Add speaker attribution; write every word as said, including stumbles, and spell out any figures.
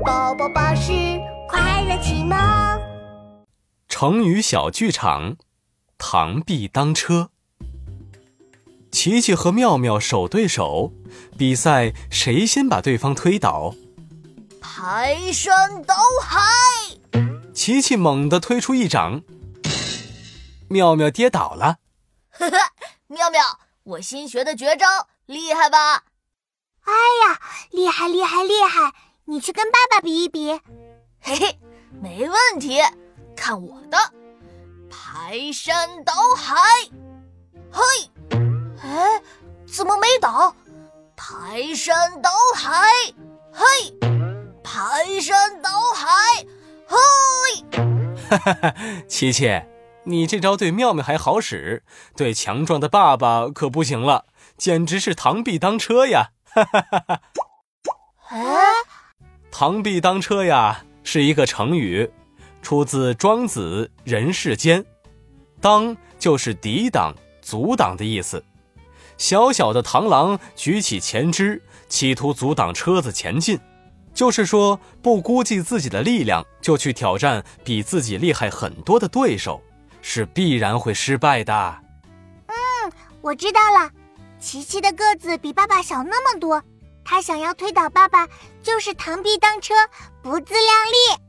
Speaker 1: 宝宝巴士快乐启蒙。
Speaker 2: 成语小剧场，螳臂当车。琪琪和妙妙手对手，比赛谁先把对方推倒。
Speaker 1: 排山倒海！
Speaker 2: 琪琪猛地推出一掌，妙妙跌倒了。
Speaker 1: 呵呵，妙妙，我新学的绝招厉害吧？
Speaker 3: 哎呀，厉害厉害厉害！你去跟爸爸比一比。
Speaker 1: 嘿嘿，没问题，看我的排山倒海！嘿，哎，怎么没倒？排山倒海！嘿，排山倒海！嘿！
Speaker 2: 哈哈哈，琪琪，你这招对妙妙还好使，对强壮的爸爸可不行了，简直是螳臂当车呀！哈哈哈哈。
Speaker 3: 哎，
Speaker 2: 螳臂当车呀，是一个成语，出自《庄子·人世间》。当就是抵挡、阻挡的意思。小小的螳螂举起前肢，企图阻挡车子前进，就是说不估计自己的力量就去挑战比自己厉害很多的对手，是必然会失败的。
Speaker 3: 嗯，我知道了，琪琪的个子比爸爸小那么多，他想要推倒爸爸就是螳臂当车，不自量力。